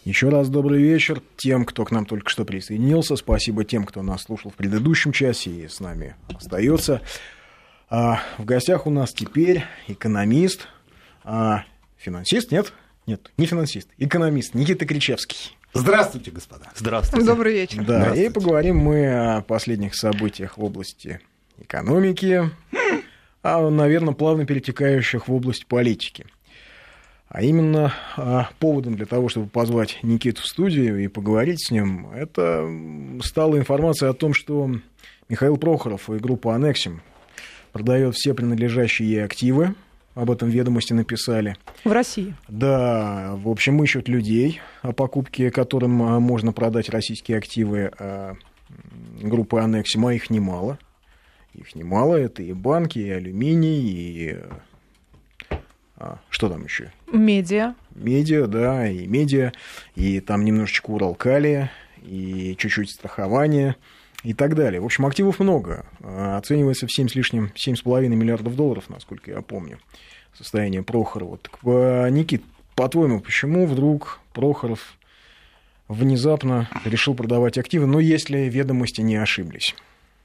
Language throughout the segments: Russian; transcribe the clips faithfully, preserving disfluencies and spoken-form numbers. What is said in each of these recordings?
Еще раз добрый вечер тем, кто к нам только что присоединился. Спасибо тем, кто нас слушал в предыдущем часе и с нами остается. А в гостях у нас теперь экономист, а финансист, нет? Нет, не финансист, экономист Никита Кричевский. Здравствуйте, господа. Здравствуйте. Добрый вечер. Да, и поговорим мы о последних событиях в области экономики, а, наверное, плавно перетекающих в область политики. А именно поводом для того, чтобы позвать Никиту в студию и поговорить с ним, это стала информация о том, что Михаил Прохоров и группа «Аннексим» продает все принадлежащие ей активы. Об этом «Ведомости» написали. В России. Да, в общем, ищут людей, о покупке которым можно продать российские активы группы «Аннексим», а их немало. Их немало, это и банки, и алюминий, и... А, что там еще? Медиа. Медиа, да, и медиа, и там немножечко Уралкалия, и чуть-чуть страхования, и так далее. В общем, активов много. Оценивается в семь с лишним, семь с половиной миллиардов долларов, насколько я помню, состояние Прохорова. Так, Никит, по-твоему, почему вдруг Прохоров внезапно решил продавать активы, но если «Ведомости» не ошиблись?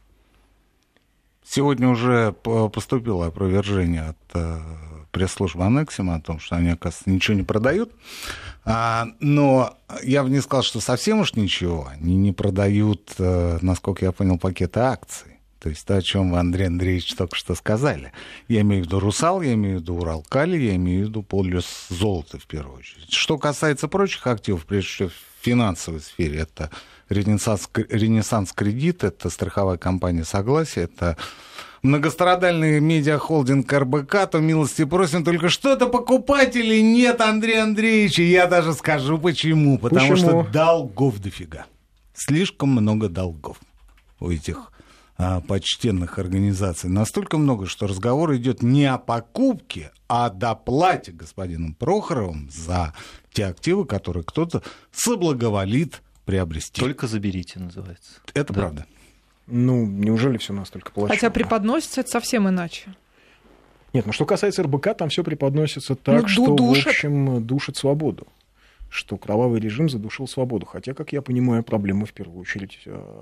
Сегодня уже поступило опровержение от пресс-службы «Аннексима» о том, что они, оказывается, ничего не продают. А, но я бы не сказал, что совсем уж ничего. Они не продают, насколько я понял, пакеты акций. То есть то, о чем вы, Андрей Андреевич, только что сказали. Я имею в виду «Русал», я имею в виду «Уралкалий», я имею в виду полюс золота в первую очередь. Что касается прочих активов, прежде всего в финансовой сфере, это «Ренессанс, Ренессанс Кредит», это страховая компания «Согласие», это многострадальный медиахолдинг эр бэ ка, то милости просим, только что-то покупать или нет, Андрей Андреевич, и я даже скажу почему. Потому почему? Что долгов дофига. Слишком много долгов у этих а, почтенных организаций. Настолько много, что разговор идет не о покупке, а о доплате господину Прохоровым за те активы, которые кто-то соблаговолит приобрести. Только заберите, называется. Это да. правда. Ну, неужели все настолько плохо? Хотя преподносится это совсем иначе. Нет, ну что касается эр бэ ка, там все преподносится так, ну, что, душит. в общем, душит свободу. Что кровавый режим задушил свободу. Хотя, как я понимаю, проблемы в первую очередь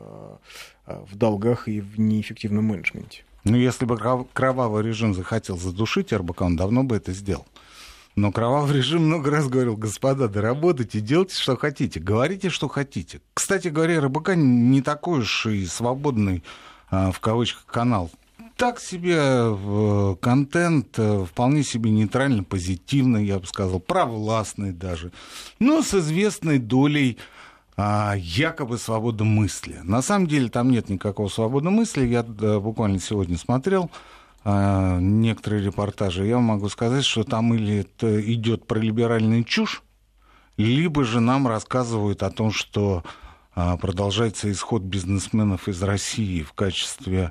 в долгах и в неэффективном менеджменте. Ну, если бы кровавый режим захотел задушить эр бэ ка, он давно бы это сделал. Но кровавый режим много раз говорил: господа, да работайте, делайте, что хотите, говорите, что хотите. Кстати говоря, эр бэ ка не такой уж и свободный, в кавычках, канал. Так себе контент, вполне себе нейтрально позитивный, я бы сказал, провластный даже, но с известной долей якобы свободы мысли. На самом деле там нет никакого свободы мысли. Я буквально сегодня смотрел некоторые репортажи, я могу сказать, что там или это идет про либеральную чушь, либо же нам рассказывают о том, что продолжается исход бизнесменов из России в качестве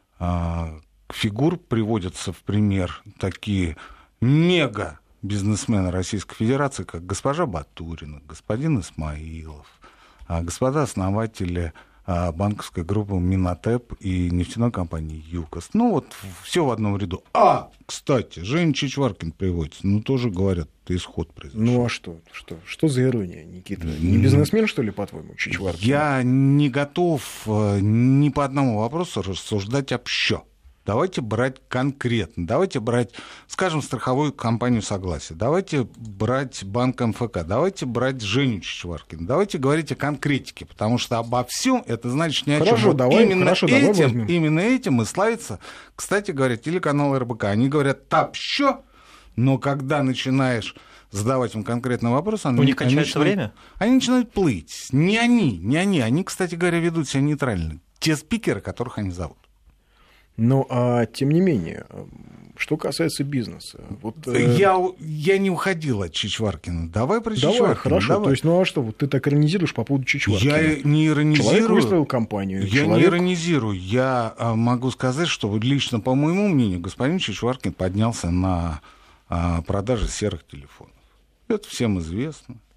фигур. Приводятся в пример такие мега бизнесмены Российской Федерации, как госпожа Батурина, господин Исмаилов, господа основатели банковской группы Минотеп и нефтяной компании ЮКОС. Ну вот все в одном ряду. А, кстати, Женя Чичваркин приводится. Ну тоже говорят, исход произошел. Ну а что? Что, что за ирония, Никита? Не бизнесмен, что ли, по-твоему, Чичваркин? Я не готов ни по одному вопросу рассуждать общо. Давайте брать конкретно. Давайте брать, скажем, страховую компанию «Согласие». Давайте брать банк эм эф ка. Давайте брать Женю Чичваркина. Давайте говорить о конкретике, потому что обо всем это значит ни о хорошо, чем. Вот давай, именно, хорошо, этим, давай возьмем. именно этим и славится, кстати говоря, телеканал эр бэ ка. Они говорят «общо», но когда начинаешь задавать им конкретный вопрос, они, у них кончается они время? Они начинают плыть. Не они, не они. Они, кстати говоря, ведут себя нейтрально. Те спикеры, которых они зовут. Ну, а тем не менее, что касается бизнеса... Вот, я, я не уходил от Чичваркина. Давай про давай, Чичваркина. Хорошо, давай. То есть, ну а что, вот ты так иронизируешь по поводу Чичваркина? Я не иронизирую. Человек выстроил компанию. Я человек... не иронизирую. Я могу сказать, что лично, по моему мнению, господин Чичваркин поднялся на продаже серых телефонов. Это всем известно.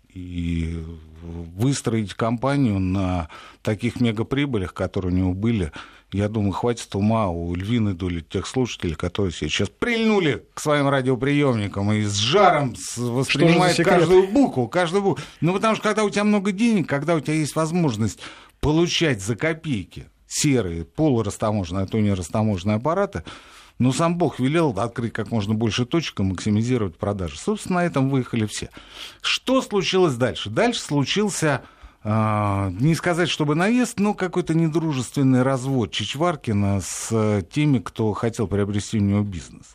И выстроить компанию на таких мегаприбылях, которые у него были, я думаю, хватит ума у львиной доли тех слушателей, которые сейчас прильнули к своим радиоприемникам и с жаром воспринимают каждую букву, каждую букву. Ну, потому что когда у тебя много денег, когда у тебя есть возможность получать за копейки серые, полурастаможенные, а то не растаможенные аппараты, но сам Бог велел открыть как можно больше точек и максимизировать продажи. Собственно, на этом выехали все. Что случилось дальше? Дальше случился, э, не сказать, чтобы наезд, но какой-то недружественный развод Чичваркина с теми, кто хотел приобрести у него бизнес.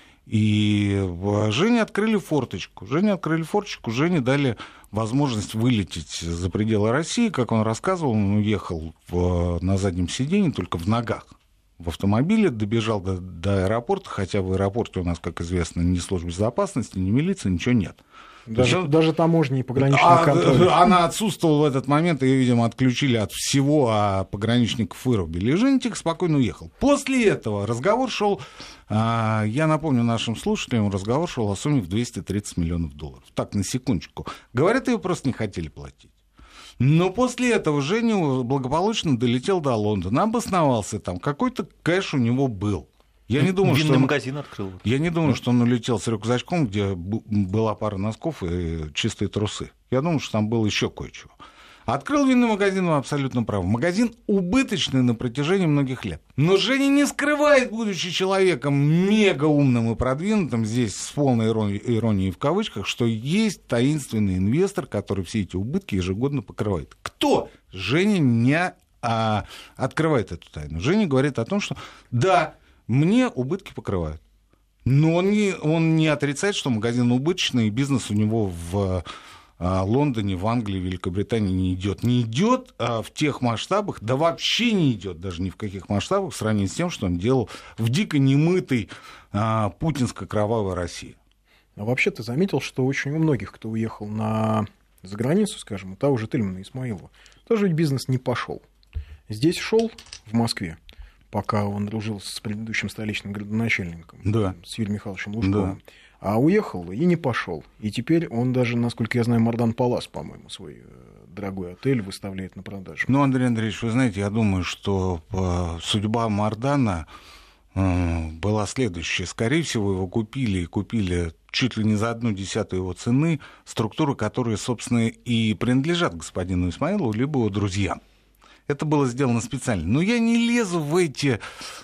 И Жене открыли форточку. Жене открыли форточку, Жене дали возможность вылететь за пределы России. Как он рассказывал, он уехал в, на заднем сиденье, только в ногах. В автомобиле, добежал до, до аэропорта, хотя в аэропорте у нас, как известно, ни службы безопасности, ни милиции, ничего нет. Даже, есть, даже таможни и пограничного а, контроля. Она отсутствовала в этот момент, ее, видимо, отключили от всего, а пограничников вырубили. И Женя тихо, спокойно уехал. После этого разговор шел, а, я напомню нашим слушателям, разговор шел о сумме в двести тридцать миллионов долларов. Так, на секундочку. Говорят, ее просто не хотели платить. Но после этого Женя благополучно долетел до Лондона, обосновался там, какой-то кэш у него был. Я не думаю, Винный что он, магазин открыл. Я не думаю, что он улетел с рюкзачком, где была пара носков и чистые трусы. Я думаю, что там было еще кое-чего. Открыл винный магазин, вы абсолютно правы. Магазин убыточный на протяжении многих лет. Но Женя не скрывает, будучи человеком мега умным и продвинутым, здесь с полной иронией, иронией в кавычках, что есть таинственный инвестор, который все эти убытки ежегодно покрывает. Кто? Женя не а, открывает эту тайну. Женя говорит о том, что да, мне убытки покрывают. Но он не, он не отрицает, что магазин убыточный, и бизнес у него в Лондоне, в Англии, в Великобритании не идет. Не идет а в тех масштабах, да вообще не идет, даже ни в каких масштабах, в сравнении с тем, что он делал в дико немытой а, путинско-кровавой России. А вообще ты заметил, что очень у многих, кто уехал на... за границу, скажем, у того же Тельмана Исмаилова, тоже ведь бизнес не пошел. Здесь шел в Москве, пока он дружил с предыдущим столичным градоначальником, да. с Юрием Михайловичем Лужковым. Да. А уехал и не пошел. И теперь он даже, насколько я знаю, Мардан Палас, по-моему, свой дорогой отель выставляет на продажу. Ну, Андрей Андреевич, вы знаете, я думаю, что судьба Мардана была следующая. Скорее всего, его купили и купили чуть ли не за одну десятую его цены структуры, которые, собственно, и принадлежат господину Исмаилову, либо его друзьям. Это было сделано специально. Но я не лезу в эти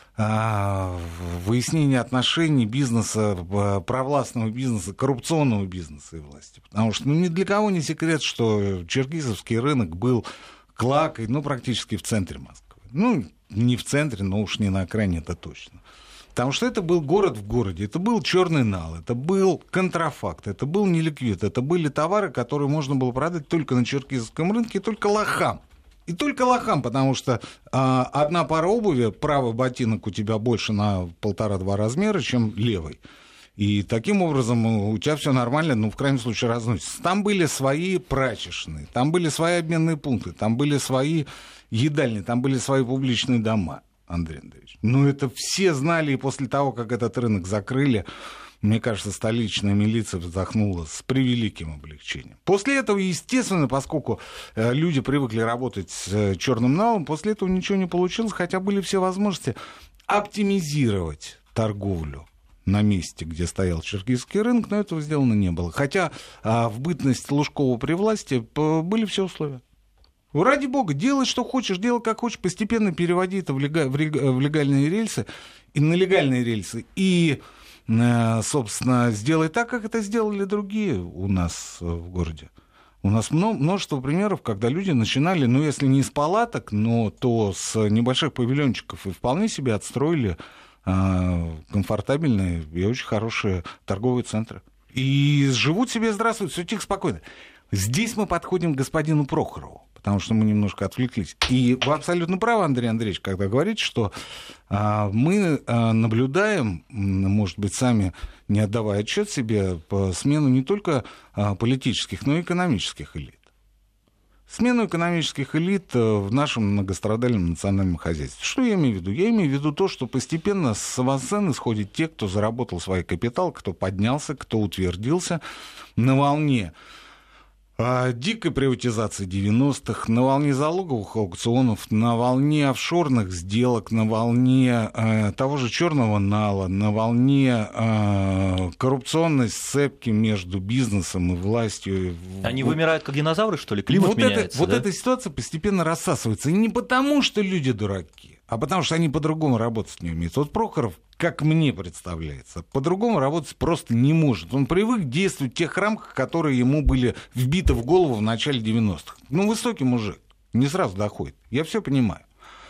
а, выяснения отношений бизнеса, провластного бизнеса, коррупционного бизнеса и власти. Потому что ну, ни для кого не секрет, что черкизовский рынок был клакой, ну, практически в центре Москвы. Ну, не в центре, но уж не на окраине, это точно. Потому что это был город в городе, это был черный нал, это был контрафакт, это был неликвид, это были товары, которые можно было продать только на черкизовском рынке, и только лохам. И только лохам, потому что а, одна пара обуви, правый ботинок у тебя больше на полтора-два размера, чем левый. И таким образом у тебя все нормально, ну, в крайнем случае, разносится. Там были свои прачечные, там были свои обменные пункты, там были свои едальни, там были свои публичные дома, Андрей Андреевич. Ну, это все знали, и после того, как этот рынок закрыли, мне кажется, столичная милиция вздохнула с превеликим облегчением. После этого, естественно, поскольку люди привыкли работать с черным налом, после этого ничего не получилось, хотя были все возможности оптимизировать торговлю на месте, где стоял черкизский рынок, но этого сделано не было. Хотя в бытность Лужкова при власти были все условия. Ради бога, делай, что хочешь, делай, как хочешь, постепенно переводи это в легальные рельсы и на легальные рельсы. И собственно, сделай так, как это сделали другие у нас в городе. У нас множество примеров, когда люди начинали, ну, если не с палаток, но то с небольших павильончиков, и вполне себе отстроили комфортабельные и очень хорошие торговые центры. И живут себе, здравствуют, все тихо, спокойно. Здесь мы подходим к господину Прохорову, потому что мы немножко отвлеклись. И вы абсолютно правы, Андрей Андреевич, когда говорите, что а, мы а, наблюдаем, может быть, сами не отдавая отчет себе, по смену не только а, политических, но и экономических элит. Смену экономических элит в нашем многострадальном национальном хозяйстве. Что я имею в виду? Я имею в виду то, что постепенно с авансцены сходят те, кто заработал свой капитал, кто поднялся, кто утвердился на волне дикой приватизации девяностых, на волне залоговых аукционов, на волне офшорных сделок, на волне э, того же черного нала, на волне э, коррупционной сцепки между бизнесом и властью. Они вымирают как динозавры, что ли? Климат вот меняется, это, да? Вот эта ситуация постепенно рассасывается. И не потому, что люди дураки, а потому что они по-другому работать не умеют. Вот Прохоров, как мне представляется, по-другому работать просто не может. Он привык действовать в тех рамках, которые ему были вбиты в голову в начале девяностых. Ну, высокий мужик, не сразу доходит. Я все понимаю.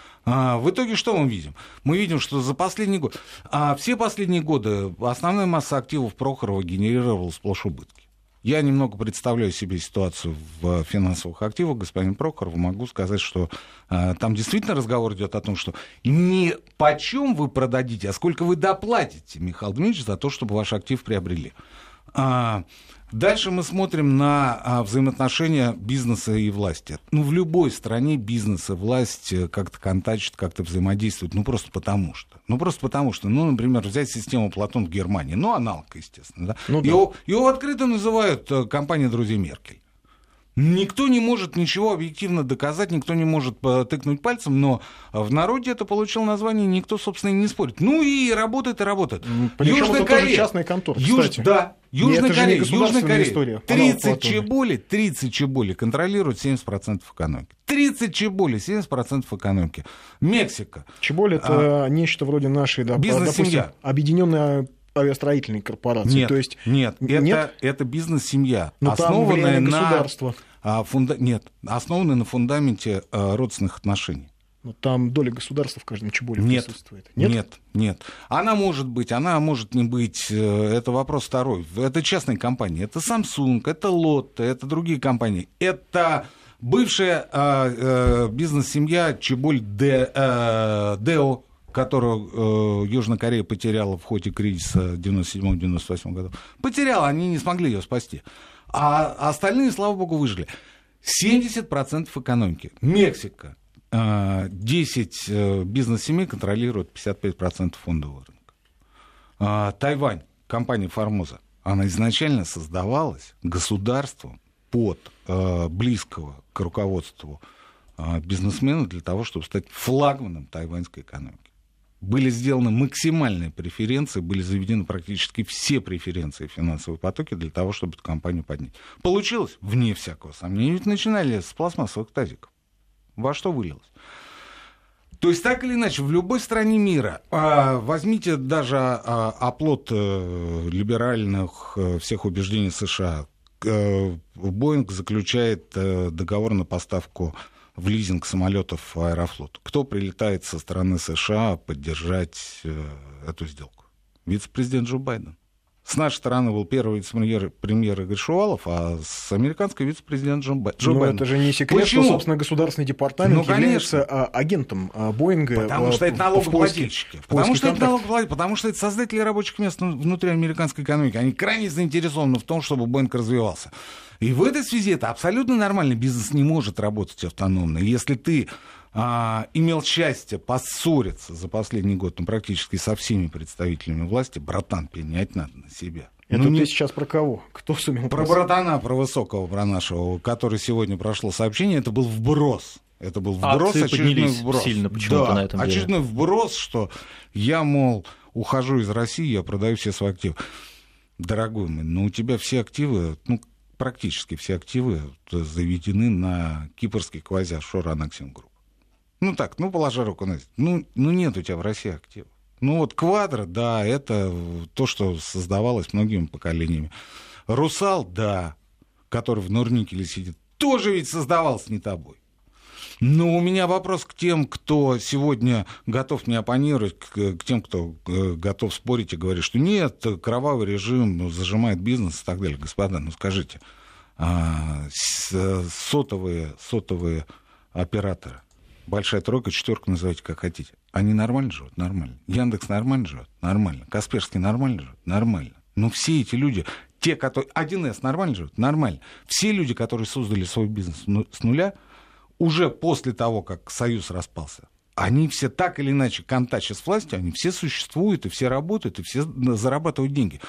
А, в итоге что мы видим? Мы видим, что за последний год... А все последние годы основная масса активов Прохорова генерировала сплошь убытки. Я немного представляю себе ситуацию в финансовых активах господина Прохорова. Могу сказать, что э, там действительно разговор идет о том, что не почем вы продадите, а сколько вы доплатите, Михаил Дмитриевич, за то, чтобы ваш актив приобрели. А, дальше мы смотрим на а, взаимоотношения бизнеса и власти. Ну, в любой стране бизнес и власть как-то контачат, как-то взаимодействуют, ну, просто потому что. Ну, просто потому что, ну, например, взять систему Платон в Германии, ну, аналог, естественно, да? Ну, да. Его, его открыто называют компания друзей Меркель. Никто не может ничего объективно доказать, никто не может тыкнуть пальцем, но в народе это получило название, никто, собственно, и не спорит. Ну и работает, и работает. Причем Южная это Корея. тоже частная контора, Юж... кстати. Да, Южная Корея, Южная Корея. История. тридцать чеболи, тридцать чеболи контролирует семьдесят процентов экономики. тридцать чеболи, семьдесят процентов экономики. Мексика. Чеболи — это а... нечто вроде нашей, да, бизнес-семья. Объединенная авиастроительной корпорации. Нет, То есть... нет, нет? Это, это бизнес-семья, но основанная на... государства. А, фунда... Нет, основанная на фундаменте а, родственных отношений. Но там доля государства в каждом чеболе нет, присутствует. Нет? Нет, нет. Она может быть, она может не быть. Это вопрос второй. Это частные компании. Это Samsung, это Lotte, это другие компании. Это бывшая а, а, бизнес-семья Чеболь Де, а, Део, которую э, Южная Корея потеряла в ходе кризиса девяносто седьмого — девяносто восьмого годов. Потеряла, они не смогли ее спасти. А остальные, слава богу, выжили. семьдесят процентов экономики. Мексика. Э, десять э, бизнес-семей контролируют пятьдесят пять процентов фондового рынка. Э, Тайвань, компания Формоза, она изначально создавалась государством под э, близкого к руководству э, бизнесмена для того, чтобы стать флагманом тайваньской экономики. Были сделаны максимальные преференции, были заведены практически все преференции финансовые потоки для того, чтобы эту компанию поднять. Получилось? Вне всякого сомнения. Ведь начинали с пластмассовых тазиков. Во что вылилось? То есть, так или иначе, в любой стране мира, возьмите даже оплот либеральных всех убеждений США, Боинг заключает договор на поставку в лизинг самолетов Аэрофлот. Кто прилетает со стороны США поддержать э, эту сделку? Вице-президент Джо Байден. С нашей стороны был первый вице-премьер премьер Игорь Шувалов, а с американской вице-президент Джо, Бай... Джо Но Байден. Это же не секрет, Почему? что, собственно, государственный департамент ну, является а, агентом а, Боинга. Потому а, что это налогоплательщики. Потому что это налогоплательщики. Потому что это создатели рабочих мест внутри американской экономики. Они крайне заинтересованы в том, чтобы Боинг развивался. И в этой связи это абсолютно нормально. Бизнес не может работать автономно. Если ты а, имел счастье поссориться за последний год ну, практически со всеми представителями власти, братан, пенять надо на себя. Это ну, ты не... сейчас про кого? Кто сумел? Про братана, про высокого, про нашего, который сегодня прошло сообщение, это был вброс. Это был вброс, акции очередной вброс. Сильно почему-то да, на этом деле. Очередной вброс, что я, мол, ухожу из России, я продаю все свои активы. Дорогой мой, ну у тебя все активы, ну, практически все активы заведены на кипрский квази-офшор Анаксин Групп. Ну так, ну положа руку на это. Ну, ну нет у тебя в России активов. Ну вот Квадро, да, это то, что создавалось многими поколениями. Русал, да, который в Норникеле сидит, тоже ведь создавался не тобой. Но у меня вопрос к тем, кто сегодня готов мне оппонировать, к, к тем, кто э, готов спорить и говорит, что нет, кровавый режим зажимает бизнес и так далее. Господа, ну скажите, а, с, сотовые, сотовые операторы, большая тройка, четверка, называйте как хотите, они нормально живут? Нормально. Яндекс нормально живет? Нормально. Касперский нормально живет? Нормально. Но все эти люди, те, которые... один эс нормально живет? Нормально. Все люди, которые создали свой бизнес с нуля, уже после того, как Союз распался, они все так или иначе контачат с властью, они все существуют, и все работают, и все зарабатывают деньги.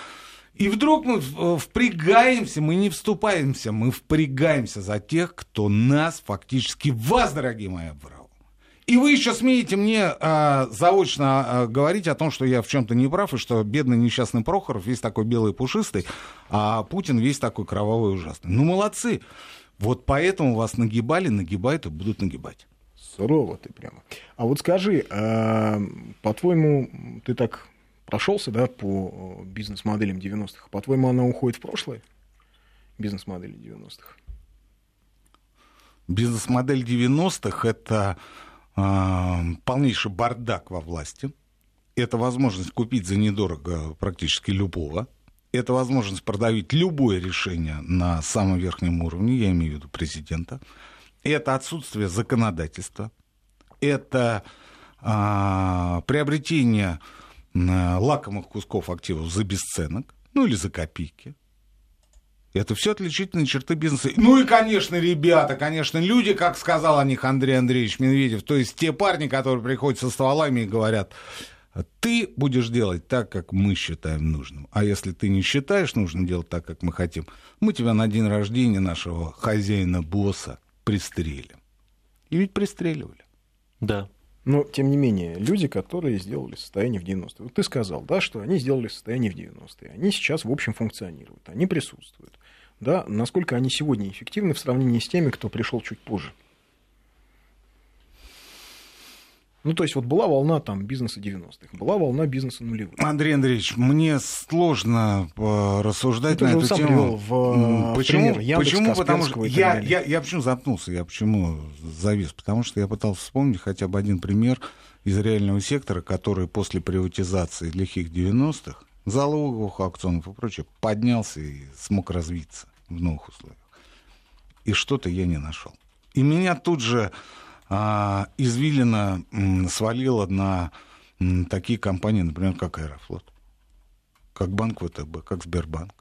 И вдруг мы впрягаемся, мы не вступаемся, мы впрягаемся за тех, кто нас фактически, вас, дорогие мои, обворовал. И вы еще смеете мне а, заочно а, говорить о том, что я в чем-то не прав, и что бедный несчастный Прохоров весь такой белый пушистый, а Путин весь такой кровавый и ужасный. Ну, молодцы. Вот поэтому вас нагибали, нагибают и будут нагибать. Сурово ты прямо. А вот скажи, а, по-твоему, ты так прошелся, да, по бизнес-моделям девяностых, по-твоему, она уходит в прошлое? Бизнес-модели девяностых. Бизнес-модель девяностых — это э, полнейший бардак во власти. Это возможность купить за недорого практически любого. Это возможность продавить любое решение на самом верхнем уровне, я имею в виду президента. Это отсутствие законодательства. Это э, приобретение э, лакомых кусков активов за бесценок, ну или за копейки. Это все отличительные черты бизнеса. Ну и, конечно, ребята, конечно, люди, как сказал о них Андрей Андреевич Медведев, то есть те парни, которые приходят со стволами и говорят: ты будешь делать так, как мы считаем нужным. А если ты не считаешь нужным делать так, как мы хотим, мы тебя на день рождения нашего хозяина-босса пристрелим. И ведь пристреливали. Да. Но, тем не менее, люди, которые сделали состояние в девяностые. Вот ты сказал, да, что они сделали состояние в девяностые. Они сейчас, в общем, функционируют, они присутствуют. Да, насколько они сегодня эффективны в сравнении с теми, кто пришел чуть позже? Ну, то есть, вот была волна там бизнеса девяностых, была волна бизнеса нулевых. Андрей Андреевич, мне сложно э, рассуждать ну, на ты эту сам тему. В, почему? В Яндекс, почему? Потому что я, я, я, я почему запнулся, я почему завис? Потому что я пытался вспомнить хотя бы один пример из реального сектора, который после приватизации лихих девяностых, залоговых аукционов и прочее, поднялся и смог развиться в новых условиях. И что-то я не нашел. И меня тут же а, извилина м, свалила на м, такие компании, например, как Аэрофлот, как Банк ВТБ, как Сбербанк,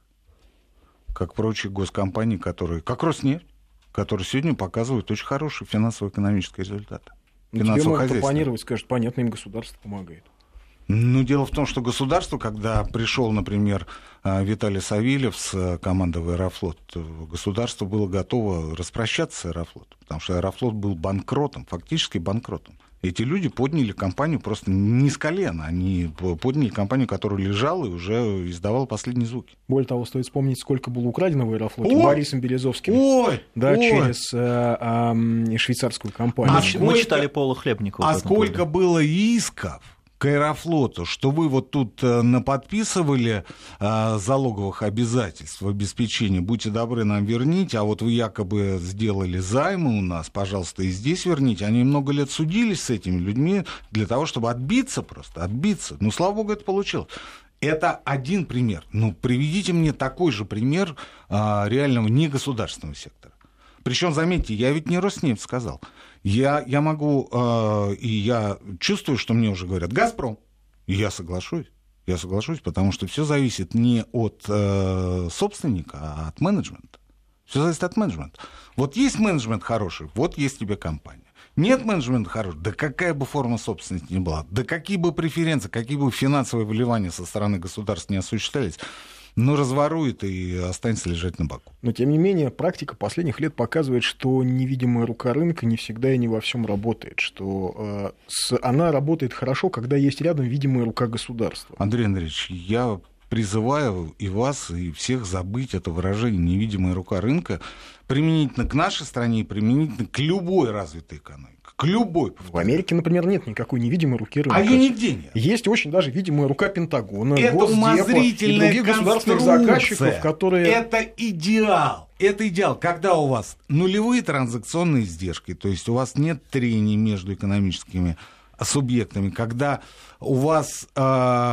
как прочие госкомпании, которые, как Роснефть, которые сегодня показывают очень хорошие финансово-экономические результаты. Ну, тебе могут оппонировать, скажут, понятно, им государство помогает. Ну, дело в том, что государство, когда пришел, например, Виталий Савельев с командой в Аэрофлот, государство было готово распрощаться с Аэрофлотом, потому что Аэрофлот был банкротом, фактически банкротом. Эти люди подняли компанию просто не с колена, они подняли компанию, которая лежала и уже издавала последние звуки. Более того, стоит вспомнить, сколько было украдено в Аэрофлоте Ой! Борисом Березовским. Ой! Да, Ой! через а, а, швейцарскую компанию. А Мы, сколько... мы читали Пола Хлебникова. А сколько было исков к Аэрофлоту, что вы вот тут э, наподписывали э, залоговых обязательств в обеспечении, будьте добры, нам верните, а вот вы якобы сделали займы у нас, пожалуйста, и здесь верните. Они много лет судились с этими людьми для того, чтобы отбиться просто, отбиться. Ну, слава богу, это получилось. Это один пример. Ну, приведите мне такой же пример э, реального негосударственного сектора. Причем, заметьте, я ведь не Роснефть сказал. Я, я могу, э, и я чувствую, что мне уже говорят «Газпром». И я соглашусь. Я соглашусь, потому что все зависит не от э, собственника, а от менеджмента. Все зависит от менеджмента. Вот есть менеджмент хороший, вот есть тебе компания. Нет менеджмента хорошего, да какая бы форма собственности ни была, да какие бы преференции, какие бы финансовые вливания со стороны государства не осуществлялись, но разворует и останется лежать на боку. Но, тем не менее, практика последних лет показывает, что невидимая рука рынка не всегда и не во всем работает, что э, с, она работает хорошо, когда есть рядом видимая рука государства. Андрей Андреевич, я призываю и вас, и всех забыть это выражение «невидимая рука рынка» применительно к нашей стране и применительно к любой развитой экономике. К любой. В Америке, например, нет никакой невидимой руки рынка. А ее нигде нет. Есть очень даже видимая рука Пентагона, это Госдепа и других государственных заказчиков, которые... Это идеал. Это идеал, когда у вас нулевые транзакционные издержки, то есть у вас нет трений между экономическими субъектами, когда у вас э,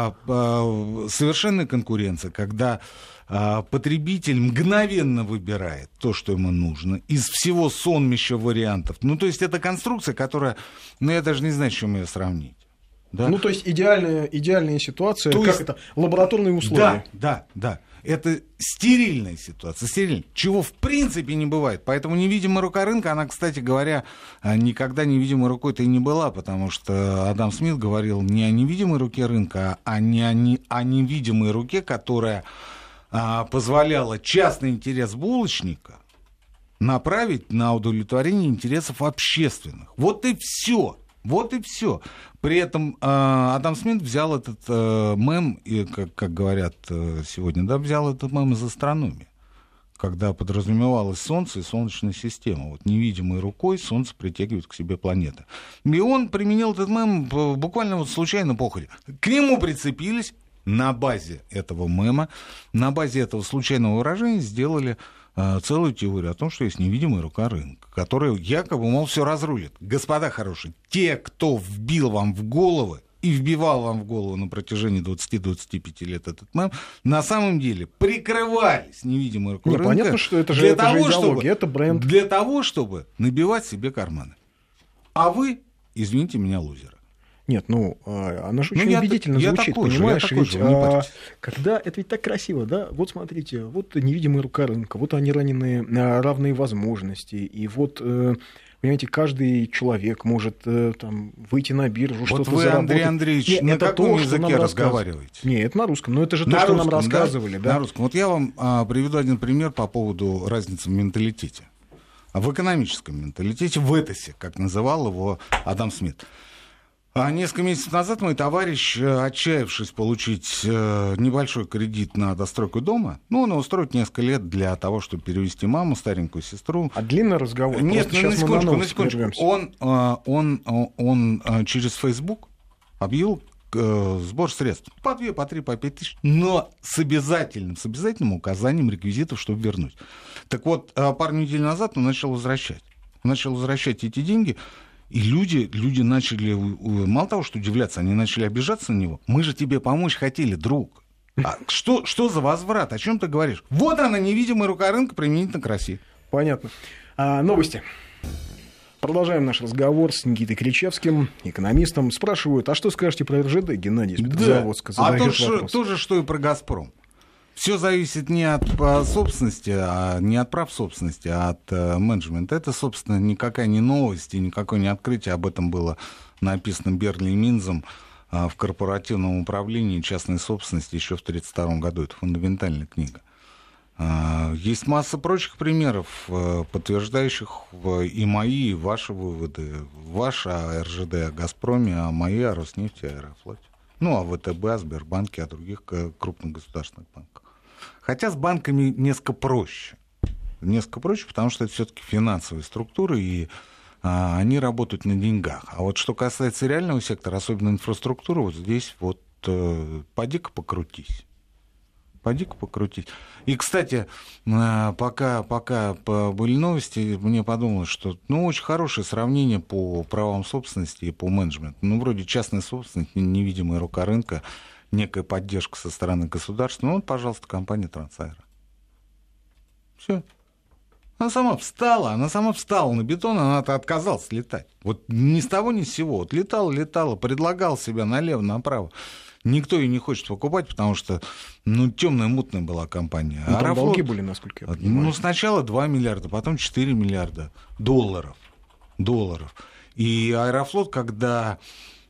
э, совершенная конкуренция, когда э, потребитель мгновенно выбирает то, что ему нужно, из всего сонмища вариантов. Ну, то есть это конструкция, которая, ну, я даже не знаю, с чем ее сравнить. Да? Ну, то есть идеальная, идеальная ситуация, то как есть... это, лабораторные условия. Да, да, да. Это стерильная ситуация, стерильная, чего в принципе не бывает. Поэтому невидимая рука рынка, она, кстати говоря, никогда невидимой рукой-то и не была, потому что Адам Смит говорил не о невидимой руке рынка, а не о, не, о невидимой руке, которая а, позволяла частный интерес булочника направить на удовлетворение интересов общественных. Вот и все. Вот и все. При этом э, Адам Смит взял этот э, мем, и, как, как говорят э, сегодня, да, взял этот мем из астрономии, когда подразумевалось Солнце и Солнечная система. Вот невидимой рукой Солнце притягивает к себе планеты. И он применил этот мем буквально вот случайно походе. К нему прицепились на базе этого мема, на базе этого случайного выражения сделали э, целую теорию о том, что есть невидимая рука рынка, которая якобы, мол, все разрулит. Господа хорошие, те, кто вбил вам в головы и вбивал вам в голову на протяжении двадцати-двадцати пяти лет этот мем, на самом деле прикрывались невидимой рукой Не, рынка. понятно, что это же, для это того, же идеология, чтобы, это бренд. Для того, чтобы набивать себе карманы. А вы, извините меня, лузеры. Нет, ну, она же Ну, очень я убедительно т- я звучит, такой же, понимаешь? я такой Ведь же, вы не а, парьтесь. когда это ведь так красиво, да? Вот смотрите, вот невидимая рука рынка, вот они раненые, а, равные возможности, и вот, э, понимаете, каждый человек может э, там выйти на биржу, Вот что-то вы, заработать. Андрей Андреевич, Нет, на это каком то, что языке нам рассказывают. разговариваете? Нет, это на русском, но это же то, На что русском, нам рассказывали, да? да? На русском. Вот я вам а, приведу один пример по поводу разницы в менталитете. А в экономическом менталитете, в этосе, как называл его Адам Смит. А несколько месяцев назад мой товарищ, отчаявшись получить э, небольшой кредит на достройку дома, ну, на устроить несколько лет для того, чтобы перевести маму, старенькую сестру. А длинный разговор? Нет, Просто ну, на сейчас мы секундочку, на новости секундочку. прервемся. Он, э, он, он, он э, через Facebook объявил э, сбор средств. По две, по три, по пять тысяч, но с обязательным, с обязательным указанием реквизитов, чтобы вернуть. Так вот, э, пару недель назад он начал возвращать. Он начал возвращать эти деньги. И люди, люди начали, мало того, что удивляться, они начали обижаться на него. Мы же тебе помочь хотели, друг. А что, что за возврат? О чем ты говоришь? Вот она, невидимая рука рынка применительно к России. Понятно. А, новости. Продолжаем наш разговор с Никитой Кричевским, экономистом. Спрашивают, а что скажете про эр жэ дэ, Геннадий из Петрозаводска? А Задает то, что, вопрос. то же, что и про «Газпром». Все зависит не от а, собственности, а, не от прав собственности, а от а, менеджмента. Это, собственно, никакая не новость и никакое не открытие. Об этом было написано Берли и Минзом а, в корпоративном управлении частной собственности еще в тысяча девятьсот тридцать втором году. Это фундаментальная книга. А, есть масса прочих примеров, а, подтверждающих а, и мои, и ваши выводы. Ваши о эр жэ дэ, о «Газпроме», а мои о «Роснефти», о «Аэрофлоте». Ну, о вэ тэ бэ, о Сбербанке, о других крупных государственных банках. Хотя с банками несколько проще. Несколько проще, потому что это все-таки финансовые структуры, и а, они работают на деньгах. А вот что касается реального сектора, особенно инфраструктуры, вот здесь вот э, поди-ка покрутись. Поди-ка покрутись. И, кстати, пока, пока были новости, мне подумалось, что ну, очень хорошее сравнение по правам собственности и по менеджменту. Ну, вроде частная собственность, невидимая рука рынка, некая поддержка со стороны государства. Ну, вот, пожалуйста, компания Трансаэро. Все. Она сама встала, она сама встала на бетон, она отказалась летать. Вот ни с того, ни с сего. Вот летала, летала, предлагал себя налево, направо. Никто ее не хочет покупать, потому что, ну, темная, мутная была компания. Ну, там Аэрофлот, долги были, насколько я понимаю. ну, сначала два миллиарда, потом четыре миллиарда долларов. долларов. И Аэрофлот, когда,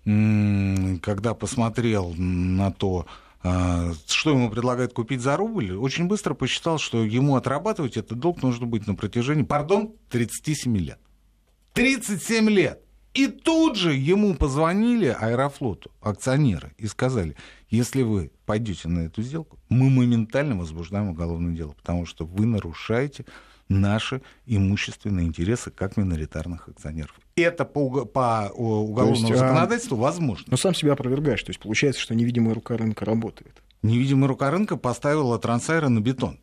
когда посмотрел на то, что ему предлагают купить за рубль, очень быстро посчитал, что ему отрабатывать этот долг нужно будет на протяжении, пардон, тридцать семь лет. тридцать семь лет! И тут же ему позвонили Аэрофлоту, акционеры, и сказали, если вы пойдете на эту сделку, мы моментально возбуждаем уголовное дело, потому что вы нарушаете наши имущественные интересы как миноритарных акционеров. Это по, по уголовному есть, законодательству а... возможно. Но сам себя опровергаешь. То есть получается, что невидимая рука рынка работает. Невидимая рука рынка поставила Трансаэро на бетон.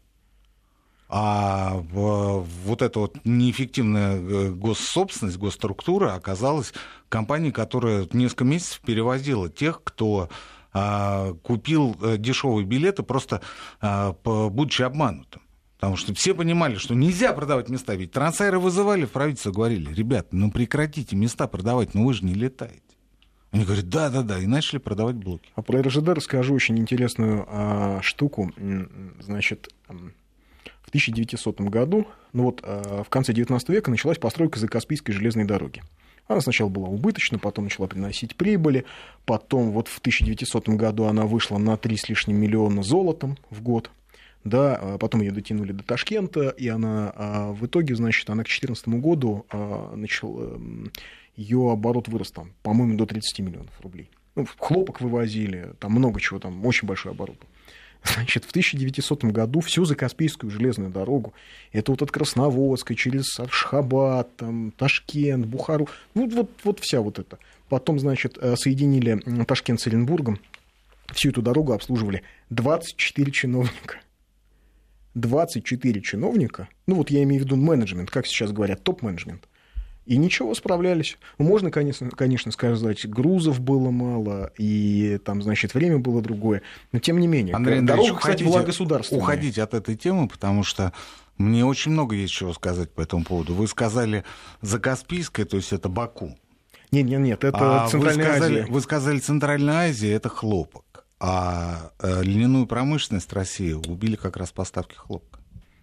А вот эта вот неэффективная госсобственность, госструктура оказалась компанией, которая несколько месяцев перевозила тех, кто а, купил дешевые билеты, просто а, будучи обманутым. Потому что все понимали, что нельзя продавать места. Ведь Трансаэро вызывали в правительство, говорили, ребята, ну прекратите места продавать, ну вы же не летаете. Они говорят, да-да-да, и начали продавать блоки. А про эр жэ дэ расскажу очень интересную а, штуку. Значит... В тысяча девятисотом году, ну вот в конце девятнадцатого века началась постройка Закаспийской железной дороги. Она сначала была убыточна, потом начала приносить прибыли, потом вот в тысяча девятисотом году она вышла на три с лишним миллиона золотом в год. да, потом ее дотянули до Ташкента, и она в итоге, значит, она к две тысячи четырнадцатому году начал, ее оборот вырос там, по-моему, до тридцати миллионов рублей. Ну, хлопок вывозили, там много чего, там очень большой оборот. Значит, в тысяча девятисотом году всю Закаспийскую железную дорогу, это вот от Красноводска через Ашхабад, там, Ташкент, Бухару, вот, вот, вот вся вот эта. Потом, значит, соединили Ташкент с Оренбургом, всю эту дорогу обслуживали двадцать четыре чиновника. двадцать четыре чиновника, ну вот я имею в виду менеджмент, как сейчас говорят, топ-менеджмент. И ничего, справлялись. Можно, конечно, конечно, сказать, грузов было мало, и там, значит, время было другое. Но тем не менее, Андрей дорога, Андреевич, кстати, уходите, была государственная. Уходите от этой темы, потому что мне очень много есть чего сказать по этому поводу. Вы сказали Закаспийская, то есть это Баку. Нет, нет, нет, это а Центральная вы сказали, Азия. Вы сказали, Центральная Азия — это хлопок. А э, льняную промышленность России убили как раз поставки хлопка.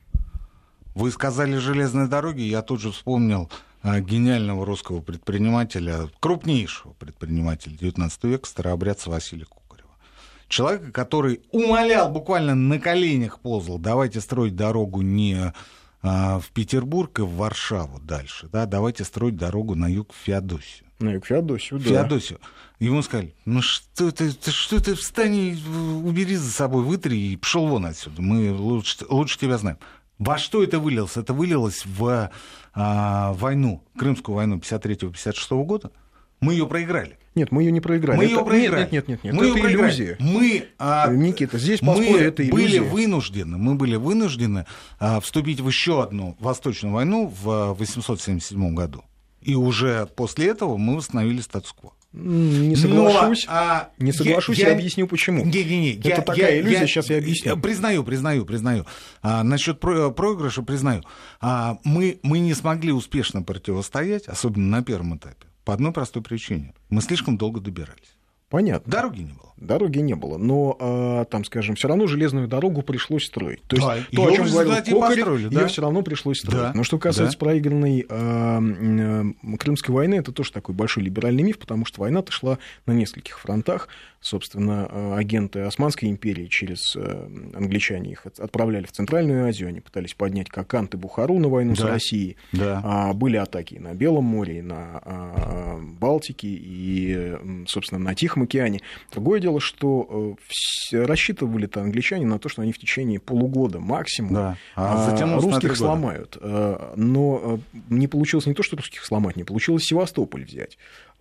Вы сказали железные дороги, я тут же вспомнил гениального русского предпринимателя, крупнейшего предпринимателя девятнадцатого века, старообрядца Василия Кукарева. Человека, который умолял, буквально на коленях ползал, давайте строить дорогу не а, в Петербург и в Варшаву дальше, да, давайте строить дорогу на юг в Феодосию. На юг Феодосию, да. Феодосию. Ему сказали, ну что ты, ты, что ты, встань и убери за собой, вытри и пошел вон отсюда, мы лучше, лучше тебя знаем. Во что это вылилось? Это вылилось в а, войну, Крымскую войну пятьдесят третьего — пятьдесят шестого года. Мы ее проиграли. Нет, мы ее не проиграли. Мы это... ее проиграли. Нет, нет, нет, нет. Мы это иллюзия. Мы, а, Никита, здесь поспорь, мы это иллюзия. были вынуждены, мы были вынуждены а, вступить в еще одну Восточную войну в восемьсот семьдесят седьмом году. И уже после этого мы восстановили статус-кво. Не соглашусь. Но, а, не соглашусь, я, я объясню, почему. Не, не, не, это я, такая я, иллюзия, я, сейчас я объясню. Признаю, признаю, признаю. А, насчет про- проигрыша признаю. А, мы, мы не смогли успешно противостоять, особенно на первом этапе, по одной простой причине. Мы слишком долго добирались. Понятно. Дороги не было. Дороги не было, но, а, там, скажем, все равно железную дорогу пришлось строить. То да, есть то, о чем говорил Кокарев, да? ее все равно пришлось строить. Да, но что касается да. проигранной а, а, Крымской войны, это тоже такой большой либеральный миф, потому что война-то шла на нескольких фронтах. Собственно, агенты Османской империи через англичане их отправляли в Центральную Азию, они пытались поднять Коканд и Бухару на войну да. с Россией. Да. А, были атаки на Белом море, и на а, Балтике, и, собственно, на Тихом океане. Другое дело, что рассчитывали-то англичане на то, что они в течение полугода максимум да. а русских сломают. Но не получилось не то, что русских сломать, не получилось Севастополь взять.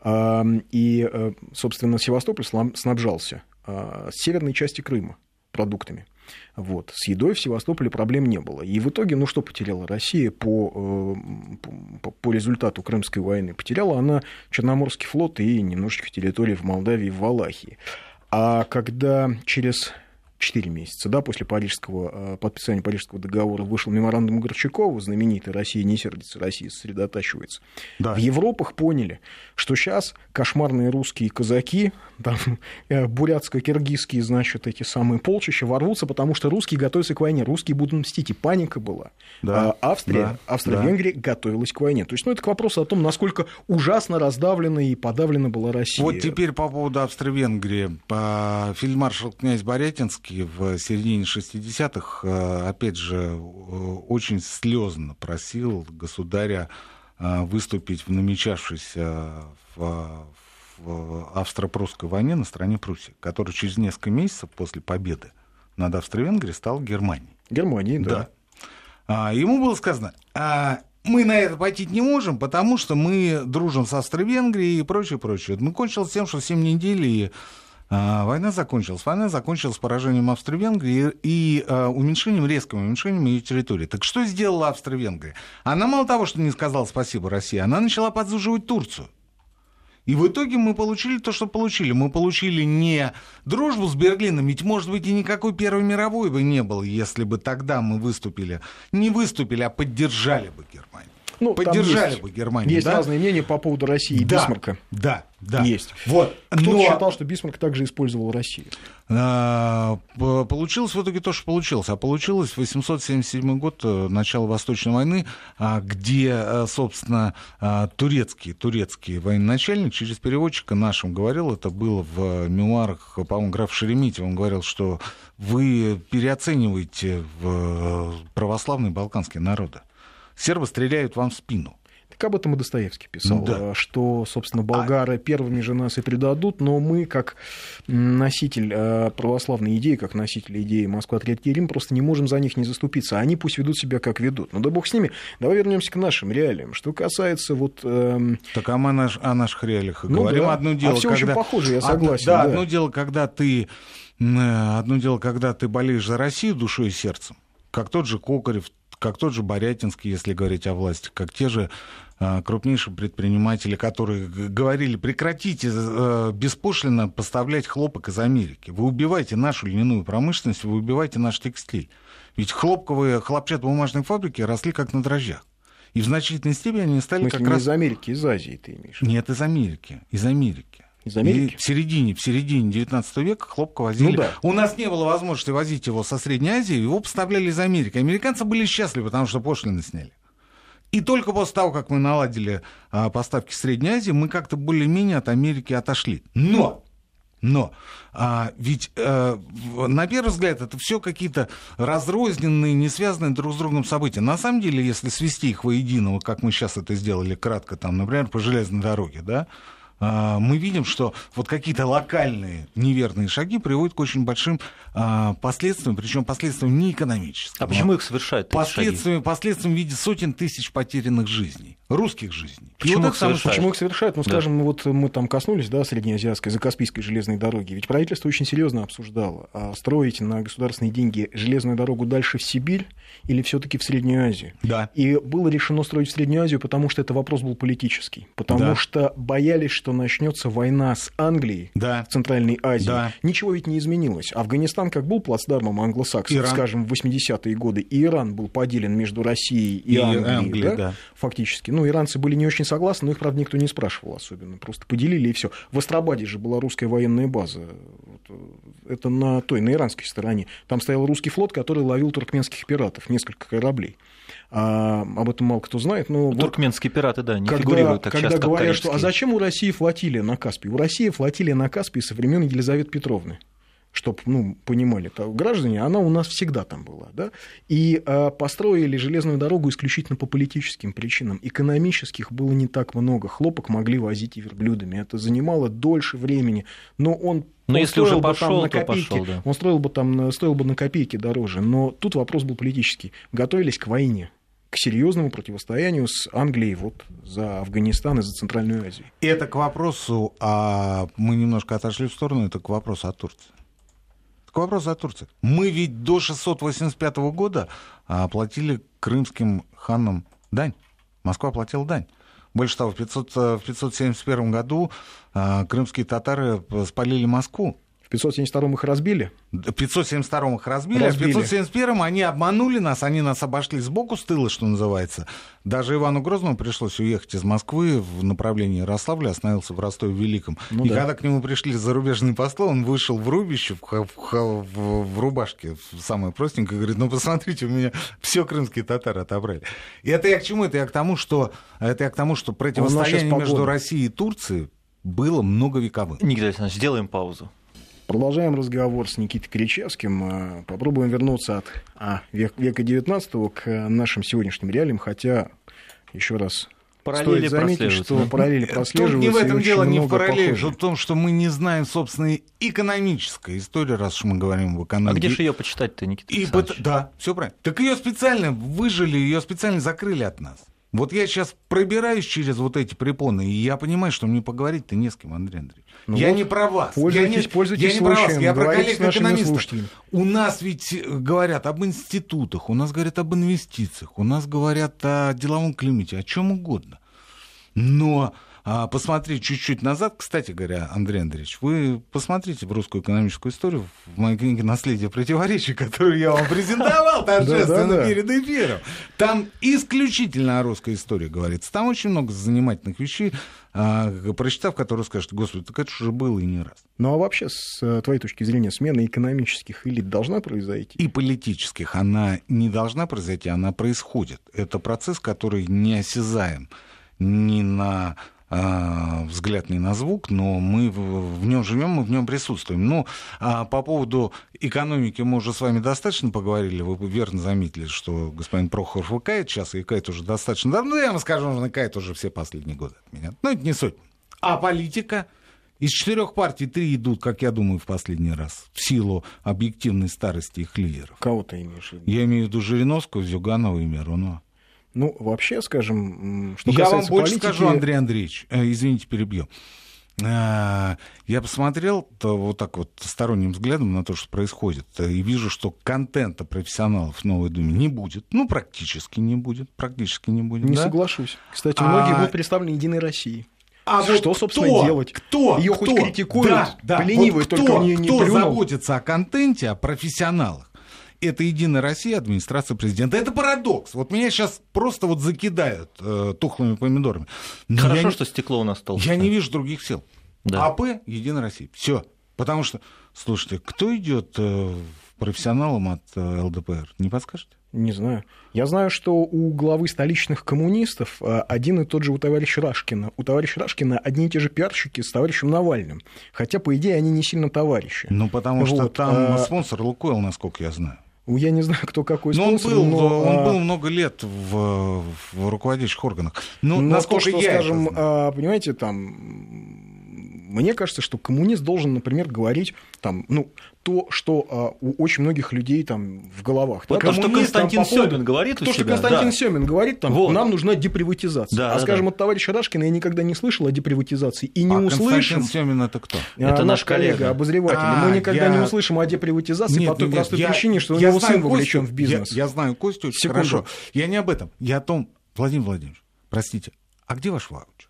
И, собственно, Севастополь снабжался с северной части Крыма продуктами. Вот. С едой в Севастополе проблем не было. И в итоге, ну что потеряла Россия по, по, по результату Крымской войны? Потеряла она Черноморский флот и немножечко территории в Молдавии и в Валахии. А когда через четыре месяца, да, после парижского, подписания Парижского договора вышел меморандум Горчакова, знаменитый «Россия не сердится, Россия сосредотачивается», да. В Европах поняли, что сейчас кошмарные русские казаки, там, бурятско-киргизские, значит, эти самые полчища ворвутся, потому что русские готовятся к войне, русские будут мстить, и паника была. Да. А Австрия, да. Австро-Венгрия да. готовилась к войне. То есть, ну, это к вопросу о том, насколько ужасно раздавлена и подавлена была Россия. Вот теперь по поводу Австро-Венгрии. Фельдмаршал князь Борятинский в середине шестидесятых, опять же, очень слезно просил государя выступить в намечавшейся в, в австро-прусской войне на стороне Пруссии, которая через несколько месяцев после победы над Австро-Венгрией стала Германией. Германией, да. да. Ему было сказано, мы на это пойти не можем, потому что мы дружим с Австро-Венгрией и прочее, прочее. Ну, кончилось тем, что семь недель и война закончилась. Война закончилась поражением Австро-Венгрии и э, уменьшением, резким уменьшением ее территории. Так что сделала Австро-Венгрия? Она мало того, что не сказала спасибо России, она начала подзуживать Турцию. И в итоге мы получили то, что получили. Мы получили не дружбу с Берлином, ведь, может быть, и никакой Первой мировой бы не было, если бы тогда мы выступили, не выступили, а поддержали бы Германию. Ну, там поддержали есть, бы Германию. Есть да? разные мнения по поводу России и да, Бисмарка. Да, да. Есть. Вот. Кто-то Но... считал, что Бисмарк также использовал Россию. А, получилось в итоге то, что получилось. А получилось восемьсот семьдесят седьмой год, начало Восточной войны, где, собственно, турецкий, турецкий военачальник через переводчика нашим говорил, это было в мемуарах, по-моему, граф Шереметьев, он говорил, что вы переоцениваете православные балканские народы. Сербы стреляют вам в спину. Так об этом и Достоевский писал, да. что, собственно, болгары первыми же нас и предадут, но мы, как носитель православной идеи, как носитель идеи Москва-Третий Рим, просто не можем за них не заступиться. Они пусть ведут себя, как ведут. Но да бог с ними. Давай вернемся к нашим реалиям. Что касается вот... Эм... Так а мы наш, о наших реалиях ну, говорим. Да. Одно дело, а все когда... очень похоже, я согласен. Да, да, одно дело, когда ты... Одно дело, когда ты болеешь за Россию душой и сердцем, как тот же Кокарев, как тот же Борятинский, если говорить о власти, как те же крупнейшие предприниматели, которые говорили, прекратите беспошлино поставлять хлопок из Америки. Вы убиваете нашу льняную промышленность, вы убиваете наш текстиль. Ведь хлопковые хлопчатобумажные фабрики росли как на дрожжах. И в значительной степени они стали в смысле, как не раз... из Америки, из Азии ты имеешь? Нет, из Америки. Из Америки. Из Америки? И в середине, в середине девятнадцатого века хлопка возили. Ну, да. У нас не было возможности возить его со Средней Азии, его поставляли из Америки. Американцы были счастливы, потому что пошлины сняли. И только после того, как мы наладили а, поставки в Средней Азии, мы как-то более-менее от Америки отошли. Но, но, а, ведь а, на первый взгляд это все какие-то разрозненные, не связанные друг с другом события. На самом деле, если свести их воедино, вот как мы сейчас это сделали кратко, там, например, по железной дороге, да, мы видим, что вот какие-то локальные неверные шаги приводят к очень большим а, последствиям, причем последствиям не экономическим. А почему их совершают эти последствиям, шаги? Последствиям в виде сотен тысяч потерянных жизней, русских жизней. Почему вот их совершают? Почему их совершают? Ну, Да. скажем, вот мы там коснулись, да, среднеазиатской, закаспийской железной дороги. Ведь правительство очень серьезно обсуждало, а строить на государственные деньги железную дорогу дальше в Сибирь или все-таки в Среднюю Азию. Да. И было решено строить в Среднюю Азию, потому что это вопрос был политический. Потому Да. что боялись, что начнется война с Англией Да. в Центральной Азии. Да. Ничего ведь не изменилось. Афганистан как был плацдармом англосаксов, Иран. скажем, в восьмидесятые годы, и Иран был поделен между Россией и, И Англией, Англией, да, да. фактически. Ну, иранцы были не очень согласны, но их, правда, никто не спрашивал особенно. Просто поделили, и все. В Астрабаде же была русская военная база. Это на той, на иранской стороне. Там стоял русский флот, который ловил туркменских пиратов, несколько кораблей. А, об этом мало кто знает. Но Туркменские вот, пираты, да, не когда, фигурируют так когда часто, говорят, как что а карибские. зачем у России флотилия на Каспии? У России флотилия на Каспии со времен Елизаветы Петровны. Чтобы, ну, понимали то, граждане, она у нас всегда там была, да, и а, построили железную дорогу исключительно по политическим причинам. Экономических было не так много, хлопок могли возить и верблюдами, это занимало дольше времени, но он Но он если уже бы пошел, там на то копейки, пошел, да. он строил бы там, стоил бы на копейки дороже, но тут вопрос был политический. Готовились к войне, к серьезному противостоянию с Англией вот за Афганистан и за Центральную Азию. Это к вопросу, а мы немножко отошли в сторону, это к вопросу о Турции. К вопросу о Турции. Мы ведь до шестьсот восемьдесят пятого года платили крымским ханам дань. Москва платила дань. Больше того, в пятьсот семьдесят первом году крымские татары спалили Москву. В пятьсот семьдесят втором их разбили? В пятьсот семьдесят втором их разбили, разбили, а в пятьсот семьдесят первом они обманули нас, они нас обошли сбоку, с тыла, что называется. Даже Ивану Грозному пришлось уехать из Москвы в направлении Ярославля, остановился в Ростове-Великом. Ну, и да. когда к нему пришли зарубежные послы, он вышел в рубище, в, в, в, в рубашке, самое простенькое, и говорит, ну посмотрите, у меня все крымские татары отобрали. И это я к чему? Это я к тому, что, это я к тому, что противостояние между Россией и Турцией было многовековым. Никита Александрович, сделаем паузу. Продолжаем разговор с Никитой Кричевским. Попробуем вернуться от а, века девятнадцатого к нашим сегодняшним реалиям, хотя, еще раз, Параллели стоит заметить, что параллели прослеживаются. Тут не в этом и дело, очень не в много параллели, похожих. в том, что мы не знаем, собственно, экономической истории, раз уж мы говорим об А экономике. где же ее почитать-то, Никита И Александрович? пот- Да, все правильно. Так ее специально выжили, ее специально закрыли от нас. Вот я сейчас пробираюсь через вот эти препоны, и я понимаю, что мне поговорить-то не с кем, Андрей Андреевич. Ну я вот, не про вас. пользуйтесь- я не, пользуйтесь я не про вас, случаем, я про говорите с нашими коллег-экономистов. слушателями. У нас ведь говорят об институтах, у нас говорят об инвестициях, у нас говорят о деловом климате, о чем угодно. Но а, посмотреть чуть-чуть назад, кстати говоря, Андрей Андреевич, вы посмотрите в русскую экономическую историю, в моей книге «Наследие противоречий», которую я вам презентовал торжественно перед эфиром. Там исключительно о русской истории говорится. Там очень много занимательных вещей, прочитав, которые скажете: господи, так это же уже было и не раз. Ну а вообще, с твоей точки зрения, смена экономических элит должна произойти? И политических она не должна произойти, она происходит. Это процесс, который неосязаем ни на э, взгляд, ни на звук, но мы в, в нем живем, мы в нем присутствуем. Ну, а по поводу экономики мы уже с вами достаточно поговорили. Вы верно заметили, что господин Прохоров икает сейчас, и икает уже достаточно давно. Я вам скажу, он икает уже все последние годы от меня. Но это не суть. А политика? Из четырех партий три идут, как я думаю, в последний раз, в силу объективной старости их лидеров. Кого ты имеешь в виду? Я имею в виду Жириновского, Зюганова и Миронова. Ну, вообще, скажем, что я касается вам больше политики... скажу, Андрей Андреевич, э, извините, перебью. Э, я посмотрел то, вот так вот сторонним взглядом на то, что происходит, и вижу, что контента профессионалов в Новой Думе не будет. Ну, практически не будет. Практически не будет. Не да? соглашусь. Кстати, А... многие будут представлены «Единой Россией». А что, вот собственно, кто, делать? Кто? Ее кто? хоть критикуют, да, да. поленивый, вот кто, только в нее не кто плюнул. заботится о контенте, о профессионалах? Это «Единая Россия», администрация президента. Это парадокс. Вот меня сейчас просто вот закидают э, тухлыми помидорами. Но Хорошо, я что не, стекло у нас толстое. Я не вижу других сил. Да. АП — «Единая Россия». Все. Потому что, слушайте, кто идет э, профессионалом от э, ЛДПР? Не подскажете? Не знаю. Я знаю, что у главы столичных коммунистов один и тот же у товарища Рашкина. У товарища Рашкина одни и те же пиарщики с товарищем Навальным. Хотя, по идее, они не сильно товарищи. Ну, потому что вот. там а... спонсор «Лукойл», насколько я знаю. Я не знаю, кто какой но спонсор. Он был, но он был много лет в, в руководящих органах. Ну, но насколько то, что, я скажем, это знаю. Понимаете, там... Мне кажется, что коммунист должен, например, говорить там, ну, то, что а, у очень многих людей там в головах. Вот то, что Константин Сёмин говорит то, у себя. То, что Константин да. Сёмин говорит, там, вот. Нам нужна деприватизация. Да, а, да, скажем, да. от товарища Рашкина я никогда не слышал о деприватизации. И не а услышим... Константин Сёмин — это кто? Это наш коллега, коллега обозреватель. А, Мы никогда я... не услышим о деприватизации нет, по той нет, простой я, причине, что я у него сын вовлечен Костю, в бизнес. Я, я знаю Костю очень Секунду. хорошо. Я не об этом. Я о том... Владимир Владимирович, простите, а где ваш ваучер?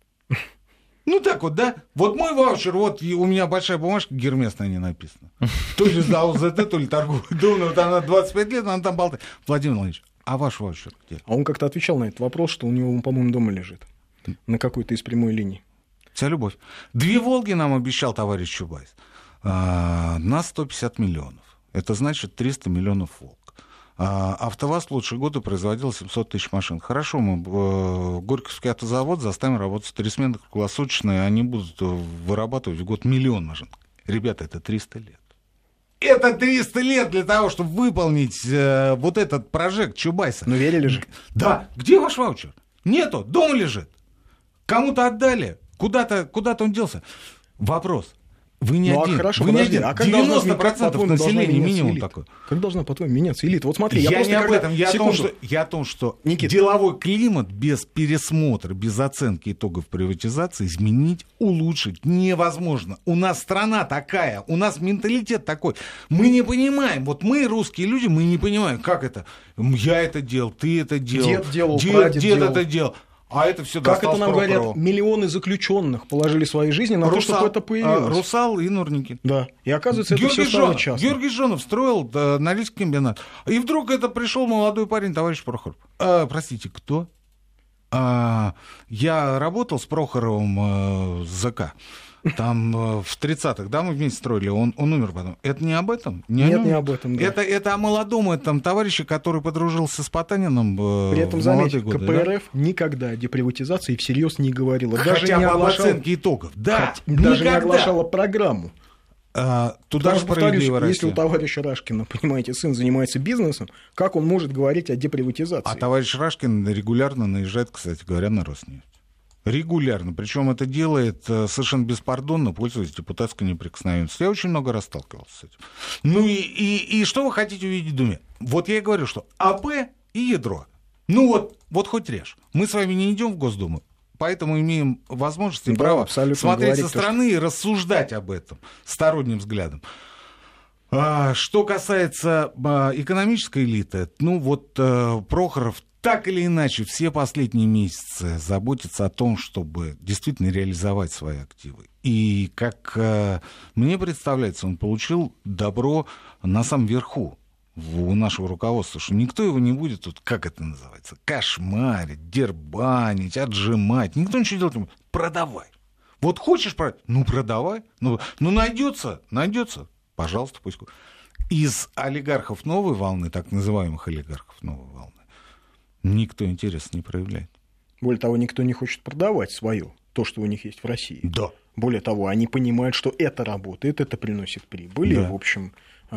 Ну так вот, да? Вот мой ваучер, вот у меня большая бумажка, Гермес на ней написано. То ли за ОЗТ, то ли торговый дом, вот она двадцать пять лет, она там болтает. Владимир Владимирович, а ваш ваучер где? А он как-то отвечал на этот вопрос, что у него, по-моему, дома лежит. На какой-то из прямой линии. Вся любовь. Две «Волги» нам обещал товарищ Чубайс. А, на сто пятьдесят миллионов. Это значит триста миллионов «Волг». АвтоВАЗ в лучшие годы производил семьсот тысяч машин. Хорошо, мы э, Горьковский автозавод заставим работать три смены круглосуточные, они будут вырабатывать в год миллион машин. Ребята, это триста лет. Это триста лет для того, чтобы выполнить э, вот этот прожект Чубайса. Ну, верили же. Да. Где ваш ваучер? Нету, дома лежит. Кому-то отдали, куда-то, куда-то он делся. Вопрос. Вы не ну, один, а хорошо, вы не подожди, один. а как девяносто процентов населения минимум элита? такой. Как должна, по-твоему, меняться элита? Вот смотри, я, я просто не об когда... этом, я о, том, что, я о том, что Никит. деловой климат без пересмотра, без оценки итогов приватизации изменить, улучшить невозможно. У нас страна такая, у нас менталитет такой. Мы не понимаем, вот мы, русские люди, мы не понимаем, как это. Я это делал, ты это делал. Дед делал, дед, прадед дед делал. это делал. А это все как это нам говорят, миллионы заключенных положили свои жизни на Русал, то, чтобы это появилось. А, Русал и Нурникин. Да. И оказывается, Георгий это все стало Жонов, частным. Георгий Жонов строил да, Норильский комбинат. И вдруг это пришел молодой парень, товарищ Прохоров. А, простите, кто? А, я работал с Прохоровым э, ЗК. Там э, в тридцатых, да, мы вместе строили, он, он умер потом. Это не об этом? Не Нет, о не об этом, да. Это, это о молодом этом товарище, который подружился с Потаниным э, При этом, в заметь, молодые годы. КПРФ да? никогда о деприватизации всерьез не говорила. Хотя даже не бы оглашала... об оценке итогов. Да, Хотя... Даже не никогда. оглашала программу. А, туда Потому же что, повторюсь, справедливо если расти. у товарища Рашкина, понимаете, сын занимается бизнесом, как он может говорить о деприватизации? А товарищ Рашкин регулярно наезжает, кстати говоря, на Роснефть. Регулярно. Причем это делает совершенно беспардонно, пользуясь депутатской неприкосновенностью. Я очень много раз сталкивался с этим. Ну и, и, и что вы хотите увидеть в Думе? Вот я и говорю, что АП и ядро. Ну вот, вот хоть режь. Мы с вами не идем в Госдуму, поэтому имеем возможность и да, право смотреть со стороны то, и рассуждать об этом сторонним взглядом. А, что касается а, экономической элиты, ну вот а, Прохоров так или иначе все последние месяцы заботится о том, чтобы действительно реализовать свои активы. И, как э, мне представляется, он получил добро на самом верху у нашего руководства, что никто его не будет тут, как это называется, кошмарить, дербанить, отжимать. Никто ничего делать не будет. Продавай. Вот хочешь продать? Ну, продавай. Ну, ну найдется, найдется. Пожалуйста, пусть. Из олигархов новой волны, так называемых олигархов новой волны, никто интерес не проявляет. Более того, никто не хочет продавать свое, то, что у них есть в России. Да. Более того, они понимают, что это работает, это приносит прибыль. Да. И, в общем,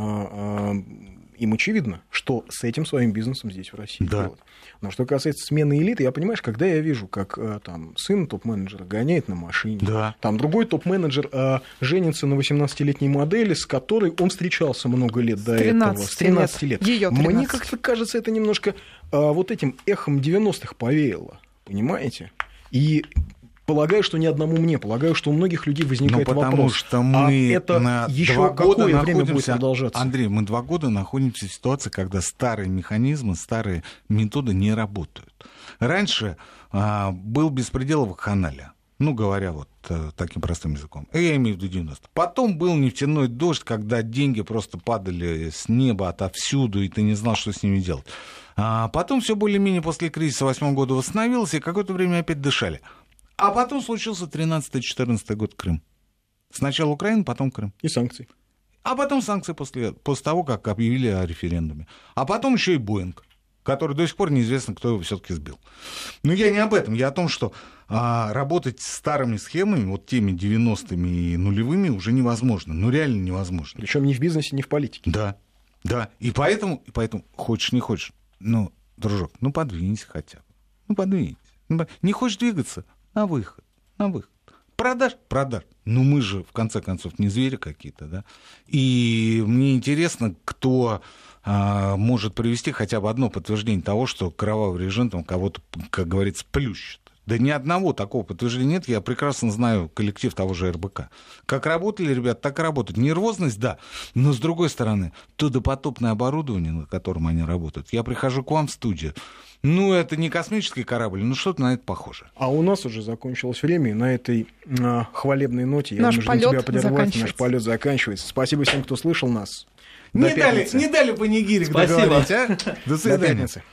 им очевидно, что с этим своим бизнесом здесь, в России, да. делать. Но что касается смены элиты, я, понимаешь, когда я вижу, как там сын топ-менеджера гоняет на машине, да. там другой топ-менеджер а, женится на восемнадцатилетней модели, с которой он встречался много лет до этого, с тринадцати лет. лет. Мне как-то кажется, это немножко а, вот этим эхом девяностых повеяло, понимаете? И полагаю, что не одному мне, полагаю, что у многих людей возникает ну, потому вопрос, что мы а это на еще два какое года время будет находимся, продолжаться? Андрей, мы два года находимся в ситуации, когда старые механизмы, старые методы не работают. Раньше а, был беспредел в вакханалии, ну, говоря вот а, таким простым языком. Я имею в виду девяностые. Потом был нефтяной дождь, когда деньги просто падали с неба отовсюду, и ты не знал, что с ними делать. А потом все более-менее после кризиса восьмого года восстановилось, и какое-то время опять дышали. А потом случился тринадцатый-четырнадцатый год, Крым. Сначала Украина, потом Крым. И санкции. А потом санкции после, после того, как объявили о референдуме. А потом еще и Боинг, который до сих пор неизвестно, кто его все-таки сбил. Но я не об этом. Я о том, что а, работать с старыми схемами, вот теми девяностыми и нулевыми, уже невозможно. Ну, реально невозможно. Причем ни в бизнесе, ни в политике. Да, да. И поэтому, и поэтому хочешь, не хочешь. Ну, дружок, ну подвинься хотя бы. Ну, подвинься. Не хочешь двигаться? На выход, на выход. Продаж? Продаж. Ну, мы же, в конце концов, не звери какие-то, да? И мне интересно, кто а, может привести хотя бы одно подтверждение того, что кровавый режим там кого-то, как говорится, плющит. Да ни одного такого подтверждения нет. Я прекрасно знаю коллектив того же эр бэ ка. Как работали ребята, так и работают. Нервозность, да. Но, с другой стороны, то допотопное оборудование, на котором они работают. Я прихожу к вам в студию. Ну, это не космический корабль, но что-то на это похоже. А у нас уже закончилось время, и на этой а, хвалебной ноте я наш вынужден тебя подорвать. Наш полет заканчивается. Спасибо всем, кто слышал нас. Не дали, не дали панигирик договорить, а? До свидания. До пятницы.